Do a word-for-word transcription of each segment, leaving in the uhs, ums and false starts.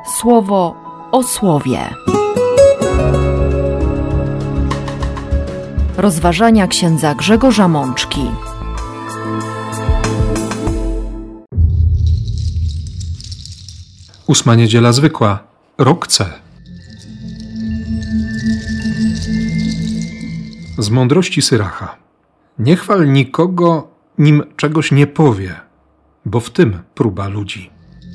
Słowo o słowie. Rozważania księdza Grzegorza Mączki. Ósma niedziela zwykła, rok C. Z mądrości Syracha. Nie chwal nikogo, nim czegoś nie powie, bo w tym próba ludzi.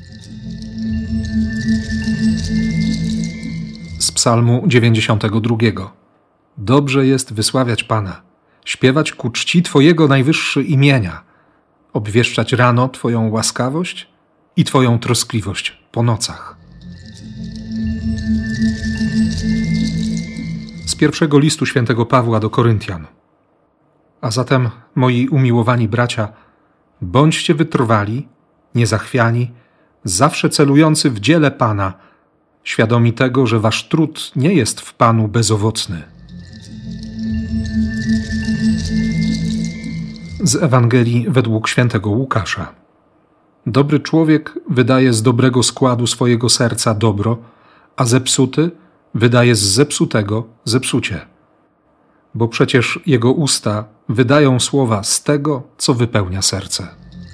Z psalmu dziewięćdziesiątego drugiego. Dobrze jest wysławiać Pana, śpiewać ku czci Twojego najwyższy imienia, obwieszczać rano Twoją łaskawość i Twoją troskliwość po nocach. Z pierwszego listu świętego Pawła do Koryntian. A zatem, moi umiłowani bracia, bądźcie wytrwali, niezachwiani, zawsze celujący w dziele Pana, świadomi tego, że wasz trud nie jest w Panu bezowocny. Z Ewangelii według świętego Łukasza. Dobry człowiek wydaje z dobrego składu swojego serca dobro, a zepsuty wydaje z zepsutego zepsucie. Bo przecież jego usta wydają słowa z tego, co wypełnia serce.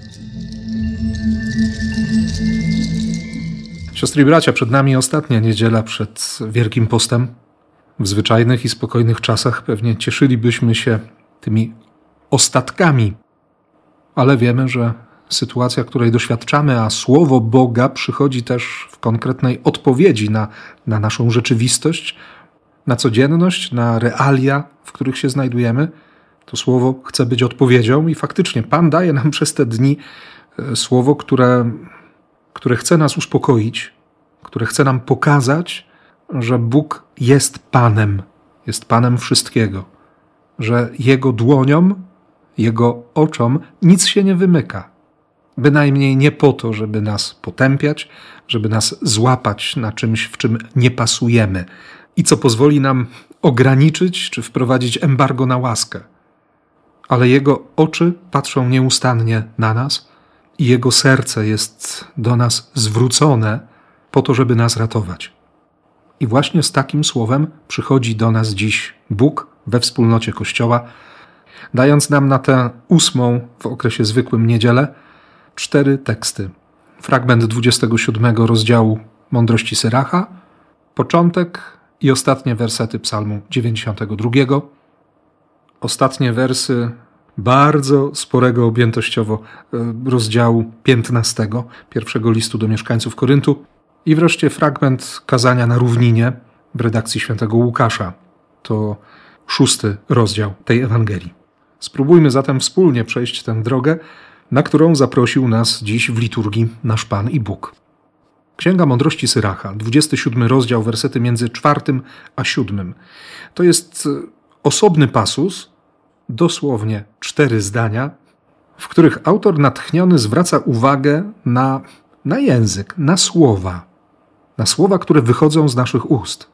Siostry i bracia, przed nami ostatnia niedziela przed Wielkim Postem. W zwyczajnych i spokojnych czasach pewnie cieszylibyśmy się tymi ostatkami, ale wiemy, że sytuacja, której doświadczamy, a Słowo Boga przychodzi też w konkretnej odpowiedzi na, na naszą rzeczywistość, na codzienność, na realia, w których się znajdujemy. To Słowo chce być odpowiedzią i faktycznie Pan daje nam przez te dni Słowo, które, które chce nas uspokoić, które chce nam pokazać, że Bóg jest Panem, jest Panem wszystkiego, że Jego dłoniom, Jego oczom nic się nie wymyka. Bynajmniej nie po to, żeby nas potępiać, żeby nas złapać na czymś, w czym nie pasujemy i co pozwoli nam ograniczyć czy wprowadzić embargo na łaskę. Ale Jego oczy patrzą nieustannie na nas i Jego serce jest do nas zwrócone po to, żeby nas ratować. I właśnie z takim słowem przychodzi do nas dziś Bóg we wspólnocie Kościoła, dając nam na tę ósmą w okresie zwykłym niedzielę cztery teksty. Fragment dwudziestego siódmego rozdziału Mądrości Syracha, początek i ostatnie wersety psalmu dziewięćdziesiątego drugiego, ostatnie wersy bardzo sporego objętościowo rozdziału piętnastego, pierwszego listu do mieszkańców Koryntu i wreszcie fragment kazania na równinie w redakcji świętego Łukasza. To szósty rozdział tej Ewangelii. Spróbujmy zatem wspólnie przejść tę drogę, na którą zaprosił nas dziś w liturgii nasz Pan i Bóg. Księga Mądrości Syracha, dwudziesty siódmy rozdział, wersety między czwartym a siódmym. To jest osobny pasus, dosłownie cztery zdania, w których autor natchniony zwraca uwagę na, na język, na słowa, na słowa, które wychodzą z naszych ust.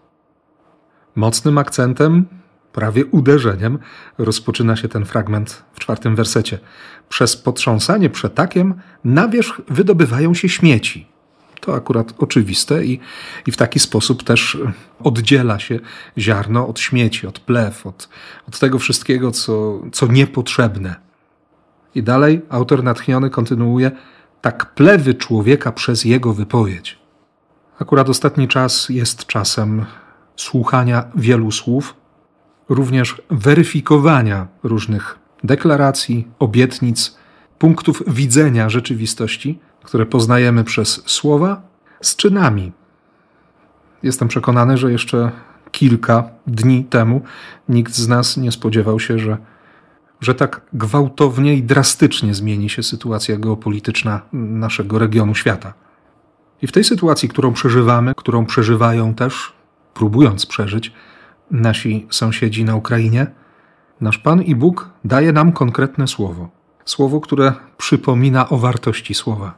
Mocnym akcentem, prawie uderzeniem, rozpoczyna się ten fragment w czwartym wersecie. Przez potrząsanie przetakiem na wierzch wydobywają się śmieci. To akurat oczywiste i, i w taki sposób też oddziela się ziarno od śmieci, od plew, od, od tego wszystkiego, co, co niepotrzebne. I dalej autor natchniony kontynuuje: tak plewy człowieka przez jego wypowiedź. Akurat ostatni czas jest czasem słuchania wielu słów, również weryfikowania różnych deklaracji, obietnic, punktów widzenia rzeczywistości, które poznajemy przez słowa, z czynami. Jestem przekonany, że jeszcze kilka dni temu nikt z nas nie spodziewał się, że, że tak gwałtownie i drastycznie zmieni się sytuacja geopolityczna naszego regionu świata. I w tej sytuacji, którą przeżywamy, którą przeżywają też, próbując przeżyć, nasi sąsiedzi na Ukrainie, nasz Pan i Bóg daje nam konkretne słowo. Słowo, które przypomina o wartości słowa.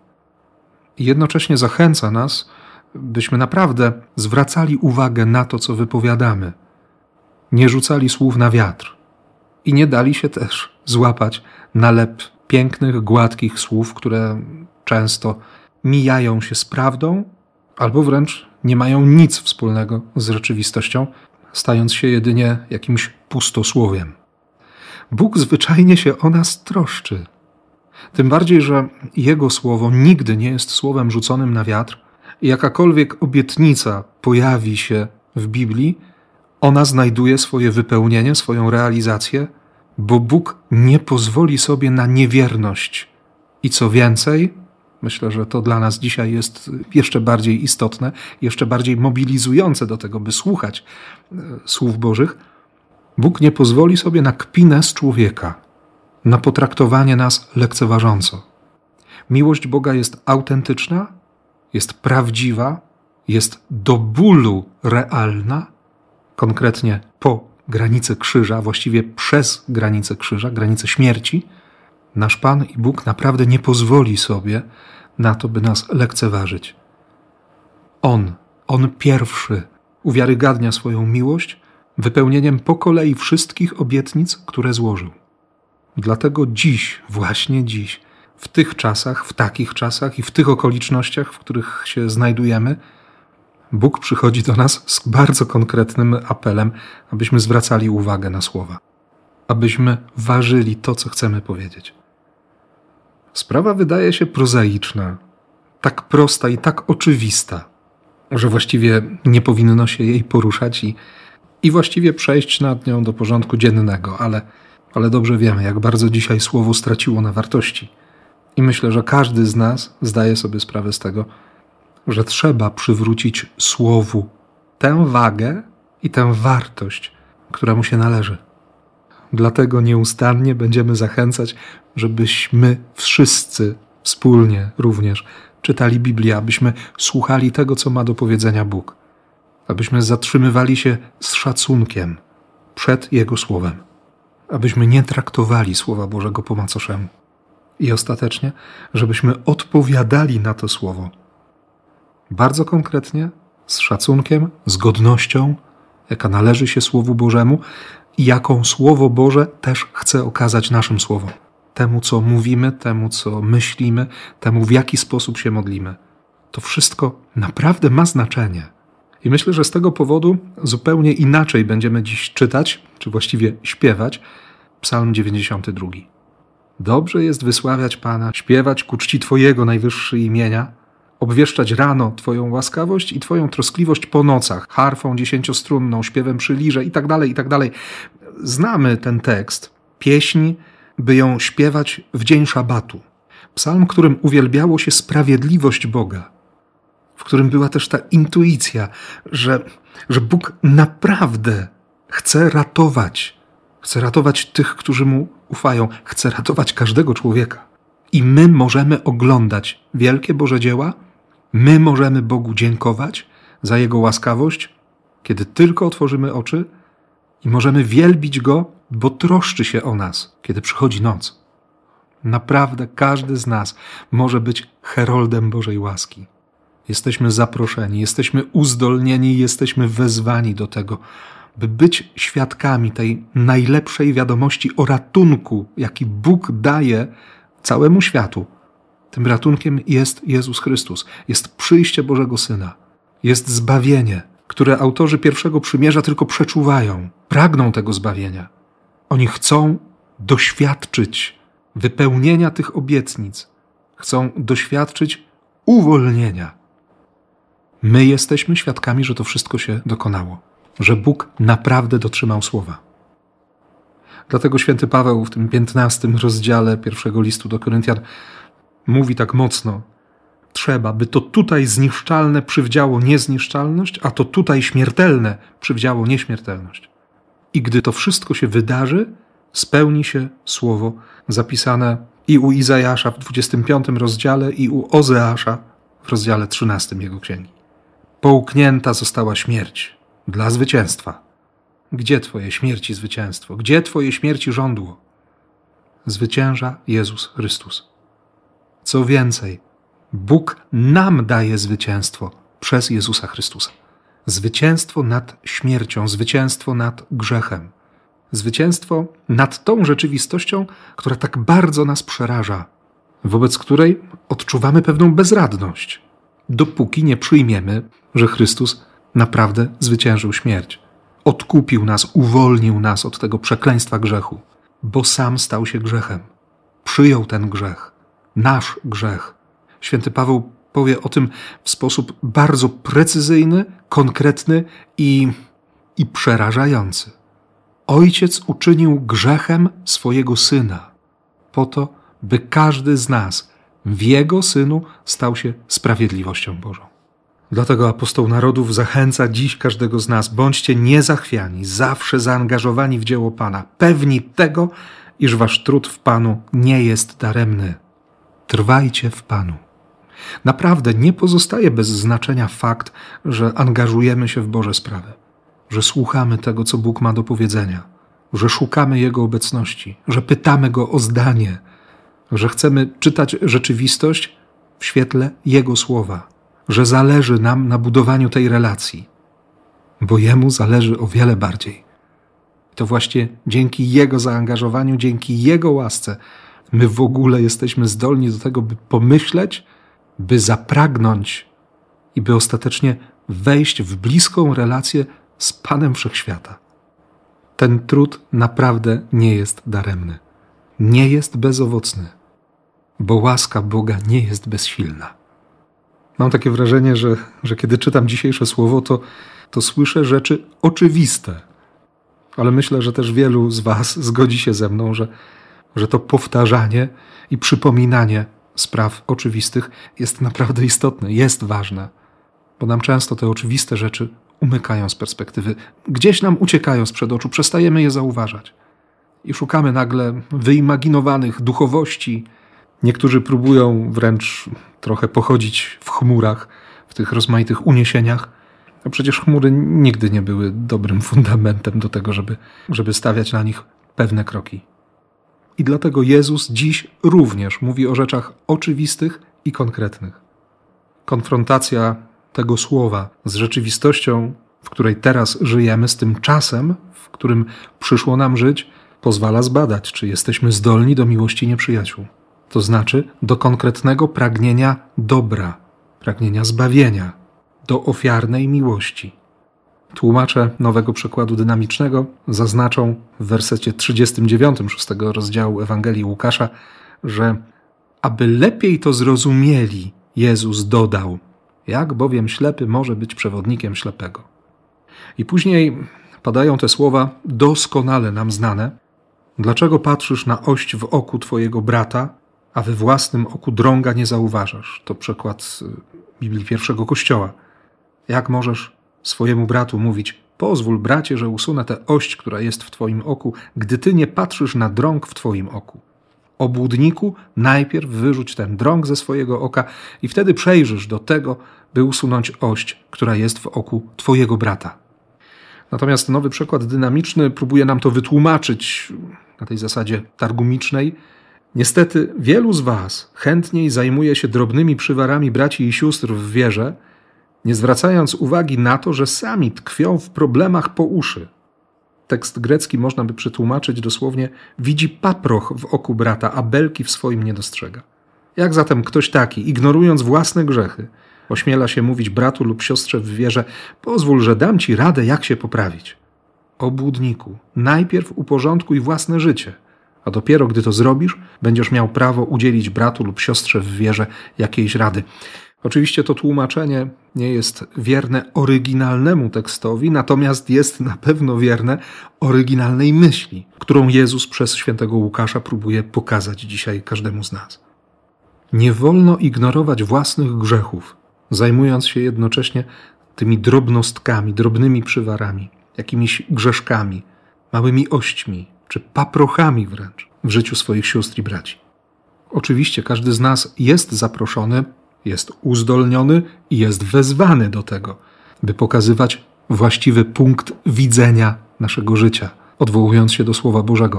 I jednocześnie zachęca nas, byśmy naprawdę zwracali uwagę na to, co wypowiadamy. Nie rzucali słów na wiatr. I nie dali się też złapać na lep pięknych, gładkich słów, które często mijają się z prawdą albo wręcz nie mają nic wspólnego z rzeczywistością, stając się jedynie jakimś pustosłowiem. Bóg zwyczajnie się o nas troszczy. Tym bardziej, że Jego słowo nigdy nie jest słowem rzuconym na wiatr. Jakakolwiek obietnica pojawi się w Biblii, ona znajduje swoje wypełnienie, swoją realizację, bo Bóg nie pozwoli sobie na niewierność. I co więcej, myślę, że to dla nas dzisiaj jest jeszcze bardziej istotne, jeszcze bardziej mobilizujące do tego, by słuchać słów Bożych, Bóg nie pozwoli sobie na kpinę z człowieka, na potraktowanie nas lekceważąco. Miłość Boga jest autentyczna, jest prawdziwa, jest do bólu realna, konkretnie po granicy krzyża, właściwie przez granicę krzyża, granicę śmierci. Nasz Pan i Bóg naprawdę nie pozwoli sobie na to, by nas lekceważyć. On, On pierwszy uwiarygadnia swoją miłość wypełnieniem po kolei wszystkich obietnic, które złożył. Dlatego dziś, właśnie dziś, w tych czasach, w takich czasach i w tych okolicznościach, w których się znajdujemy, Bóg przychodzi do nas z bardzo konkretnym apelem, abyśmy zwracali uwagę na słowa, abyśmy ważyli to, co chcemy powiedzieć. Sprawa wydaje się prozaiczna, tak prosta i tak oczywista, że właściwie nie powinno się jej poruszać i, i właściwie przejść nad nią do porządku dziennego, ale, ale dobrze wiemy, jak bardzo dzisiaj słowo straciło na wartości. I myślę, że każdy z nas zdaje sobie sprawę z tego, że trzeba przywrócić słowu tę wagę i tę wartość, która mu się należy. Dlatego nieustannie będziemy zachęcać, żebyśmy wszyscy wspólnie również czytali Biblię, abyśmy słuchali tego, co ma do powiedzenia Bóg, abyśmy zatrzymywali się z szacunkiem przed Jego Słowem, abyśmy nie traktowali Słowa Bożego po macoszemu i ostatecznie, żebyśmy odpowiadali na to Słowo bardzo konkretnie, z szacunkiem, z godnością, jaka należy się Słowu Bożemu i jaką Słowo Boże też chce okazać naszym słowom. Temu, co mówimy, temu, co myślimy, temu, w jaki sposób się modlimy. To wszystko naprawdę ma znaczenie. I myślę, że z tego powodu zupełnie inaczej będziemy dziś czytać, czy właściwie śpiewać, Psalm dziewięćdziesiąty drugi. Dobrze jest wysławiać Pana, śpiewać ku czci Twojego najwyższy imienia, obwieszczać rano Twoją łaskawość i Twoją troskliwość po nocach, harfą dziesięciostrunną, śpiewem przy lirze i tak dalej, i tak dalej. Znamy ten tekst, pieśń, by ją śpiewać w dzień szabatu. Psalm, którym uwielbiało się sprawiedliwość Boga, w którym była też ta intuicja, że, że Bóg naprawdę chce ratować, chce ratować tych, którzy Mu ufają, chce ratować każdego człowieka. I my możemy oglądać wielkie Boże dzieła, my możemy Bogu dziękować za Jego łaskawość, kiedy tylko otworzymy oczy i możemy wielbić Go, bo troszczy się o nas, kiedy przychodzi noc. Naprawdę każdy z nas może być heroldem Bożej łaski. Jesteśmy zaproszeni, jesteśmy uzdolnieni, jesteśmy wezwani do tego, by być świadkami tej najlepszej wiadomości o ratunku, jaki Bóg daje całemu światu. Tym ratunkiem jest Jezus Chrystus, jest przyjście Bożego Syna, jest zbawienie, które autorzy Pierwszego Przymierza tylko przeczuwają, pragną tego zbawienia. Oni chcą doświadczyć wypełnienia tych obietnic, chcą doświadczyć uwolnienia. My jesteśmy świadkami, że to wszystko się dokonało, że Bóg naprawdę dotrzymał słowa. Dlatego święty Paweł w tym piętnastym rozdziale pierwszego listu do Koryntian mówi tak mocno: trzeba, by to tutaj zniszczalne przywdziało niezniszczalność, a to tutaj śmiertelne przywdziało nieśmiertelność. I gdy to wszystko się wydarzy, spełni się słowo zapisane i u Izajasza w dwudziestym piątym rozdziale, i u Ozeasza w rozdziale trzynastym jego księgi. Połknięta została śmierć dla zwycięstwa. Gdzie Twoje śmierci zwycięstwo? Gdzie Twoje śmierci żądło? Zwycięża Jezus Chrystus. Co więcej, Bóg nam daje zwycięstwo przez Jezusa Chrystusa. Zwycięstwo nad śmiercią, zwycięstwo nad grzechem. Zwycięstwo nad tą rzeczywistością, która tak bardzo nas przeraża, wobec której odczuwamy pewną bezradność. dopóki nie przyjmiemy, że Chrystus naprawdę zwyciężył śmierć. Odkupił nas, uwolnił nas od tego przekleństwa grzechu, bo sam stał się grzechem. Przyjął ten grzech, nasz grzech. Święty Paweł powie o tym w sposób bardzo precyzyjny, konkretny i, i przerażający. Ojciec uczynił grzechem swojego Syna, po to, by każdy z nas w Jego Synu stał się sprawiedliwością Bożą. Dlatego apostoł narodów zachęca dziś każdego z nas: bądźcie niezachwiani, zawsze zaangażowani w dzieło Pana, pewni tego, iż wasz trud w Panu nie jest daremny. Trwajcie w Panu. Naprawdę nie pozostaje bez znaczenia fakt, że angażujemy się w Boże sprawy, że słuchamy tego, co Bóg ma do powiedzenia, że szukamy Jego obecności, że pytamy Go o zdanie, że chcemy czytać rzeczywistość w świetle Jego słowa, że zależy nam na budowaniu tej relacji, bo Jemu zależy o wiele bardziej. To właśnie dzięki Jego zaangażowaniu, dzięki Jego łasce my w ogóle jesteśmy zdolni do tego, by pomyśleć, by zapragnąć i by ostatecznie wejść w bliską relację z Panem Wszechświata. Ten trud naprawdę nie jest daremny, nie jest bezowocny, bo łaska Boga nie jest bezsilna. Mam takie wrażenie, że, że kiedy czytam dzisiejsze słowo, to, to słyszę rzeczy oczywiste, ale myślę, że też wielu z was zgodzi się ze mną, że, że to powtarzanie i przypominanie spraw oczywistych jest naprawdę istotne, jest ważne, bo nam często te oczywiste rzeczy umykają z perspektywy, gdzieś nam uciekają sprzed oczu, przestajemy je zauważać i szukamy nagle wyimaginowanych duchowości. Niektórzy próbują wręcz trochę pochodzić w chmurach, w tych rozmaitych uniesieniach, a przecież chmury nigdy nie były dobrym fundamentem do tego, żeby, żeby stawiać na nich pewne kroki. I dlatego Jezus dziś również mówi o rzeczach oczywistych i konkretnych. Konfrontacja tego słowa z rzeczywistością, w której teraz żyjemy, z tym czasem, w którym przyszło nam żyć, pozwala zbadać, czy jesteśmy zdolni do miłości nieprzyjaciół. To znaczy do konkretnego pragnienia dobra, pragnienia zbawienia, do ofiarnej miłości. Tłumacze Nowego Przekładu Dynamicznego zaznaczą w wersecie trzydziestym dziewiątym szóstego rozdziału Ewangelii Łukasza, że aby lepiej to zrozumieli, Jezus dodał: jak bowiem ślepy może być przewodnikiem ślepego. I później padają te słowa doskonale nam znane. Dlaczego patrzysz na ość w oku twojego brata, a we własnym oku drąga nie zauważasz? To przykład Biblii Pierwszego Kościoła. Jak możesz swojemu bratu mówić: pozwól, bracie, że usunę tę ość, która jest w twoim oku, gdy ty nie patrzysz na drąg w twoim oku? Obłudniku, najpierw wyrzuć ten drąg ze swojego oka i wtedy przejrzysz do tego, by usunąć ość, która jest w oku twojego brata. Natomiast Nowy Przekład Dynamiczny próbuje nam to wytłumaczyć na tej zasadzie targumicznej. Niestety wielu z was chętniej zajmuje się drobnymi przywarami braci i sióstr w wierze, nie zwracając uwagi na to, że sami tkwią w problemach po uszy. Tekst grecki można by przetłumaczyć dosłownie: widzi paproch w oku brata, a belki w swoim nie dostrzega. Jak zatem ktoś taki, ignorując własne grzechy, ośmiela się mówić bratu lub siostrze w wierze: pozwól, że dam ci radę, jak się poprawić? Obłudniku, najpierw uporządkuj własne życie, a dopiero gdy to zrobisz, będziesz miał prawo udzielić bratu lub siostrze w wierze jakiejś rady. Oczywiście to tłumaczenie nie jest wierne oryginalnemu tekstowi, natomiast jest na pewno wierne oryginalnej myśli, którą Jezus przez świętego Łukasza próbuje pokazać dzisiaj każdemu z nas. Nie wolno ignorować własnych grzechów, zajmując się jednocześnie tymi drobnostkami, drobnymi przywarami, jakimiś grzeszkami, małymi ośćmi czy paprochami wręcz w życiu swoich sióstr i braci. Oczywiście każdy z nas jest zaproszony, jest uzdolniony i jest wezwany do tego, by pokazywać właściwy punkt widzenia naszego życia, odwołując się do Słowa Bożego.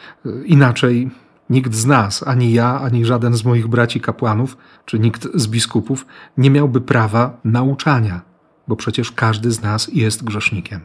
Inaczej nikt z nas, ani ja, ani żaden z moich braci kapłanów, czy nikt z biskupów nie miałby prawa nauczania, bo przecież każdy z nas jest grzesznikiem.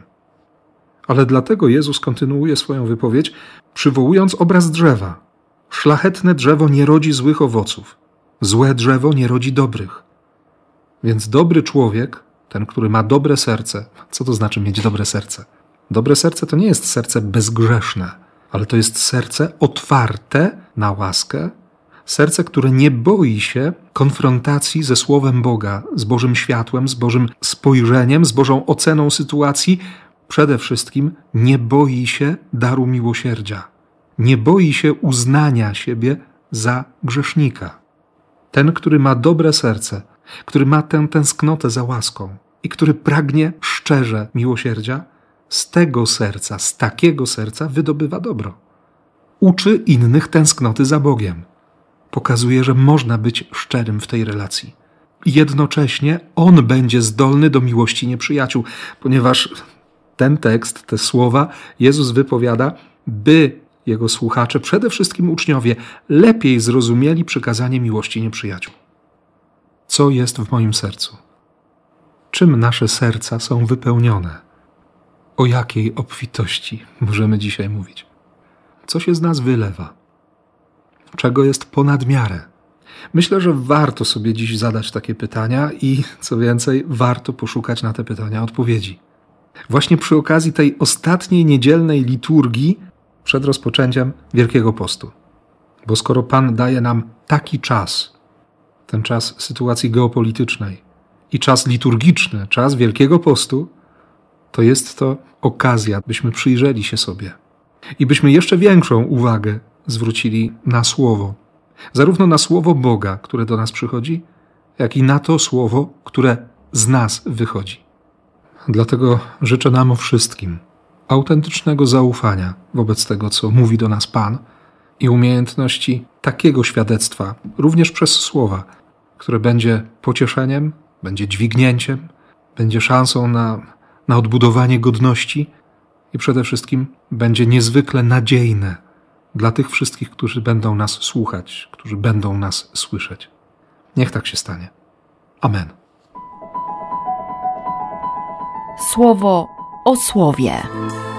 Ale dlatego Jezus kontynuuje swoją wypowiedź, przywołując obraz drzewa. Szlachetne drzewo nie rodzi złych owoców, złe drzewo nie rodzi dobrych. Więc dobry człowiek, ten, który ma dobre serce, co to znaczy mieć dobre serce? Dobre serce to nie jest serce bezgrzeszne, ale to jest serce otwarte na łaskę, serce, które nie boi się konfrontacji ze Słowem Boga, z Bożym światłem, z Bożym spojrzeniem, z Bożą oceną sytuacji. Przede wszystkim nie boi się daru miłosierdzia. Nie boi się uznania siebie za grzesznika. Ten, który ma dobre serce, który ma tę tęsknotę za łaską i który pragnie szczerze miłosierdzia, z tego serca, z takiego serca wydobywa dobro. Uczy innych tęsknoty za Bogiem. Pokazuje, że można być szczerym w tej relacji. I jednocześnie on będzie zdolny do miłości nieprzyjaciół, ponieważ ten tekst, te słowa Jezus wypowiada, by jego słuchacze, przede wszystkim uczniowie, lepiej zrozumieli przykazanie miłości nieprzyjaciół. Co jest w moim sercu? Czym nasze serca są wypełnione? O jakiej obfitości możemy dzisiaj mówić? Co się z nas wylewa? Czego jest ponad miarę? Myślę, że warto sobie dziś zadać takie pytania i, co więcej, warto poszukać na te pytania odpowiedzi. Właśnie przy okazji tej ostatniej niedzielnej liturgii przed rozpoczęciem Wielkiego Postu. Bo skoro Pan daje nam taki czas, ten czas sytuacji geopolitycznej i czas liturgiczny, czas Wielkiego Postu, to jest to okazja, byśmy przyjrzeli się sobie i byśmy jeszcze większą uwagę zwrócili na Słowo. Zarówno na Słowo Boga, które do nas przychodzi, jak i na to Słowo, które z nas wychodzi. Dlatego życzę nam wszystkim autentycznego zaufania wobec tego, co mówi do nas Pan i umiejętności takiego świadectwa, również przez słowa, które będzie pocieszeniem, będzie dźwignięciem, będzie szansą na, na odbudowanie godności i przede wszystkim będzie niezwykle nadziejne dla tych wszystkich, którzy będą nas słuchać, którzy będą nas słyszeć. Niech tak się stanie. Amen. Słowo o słowie.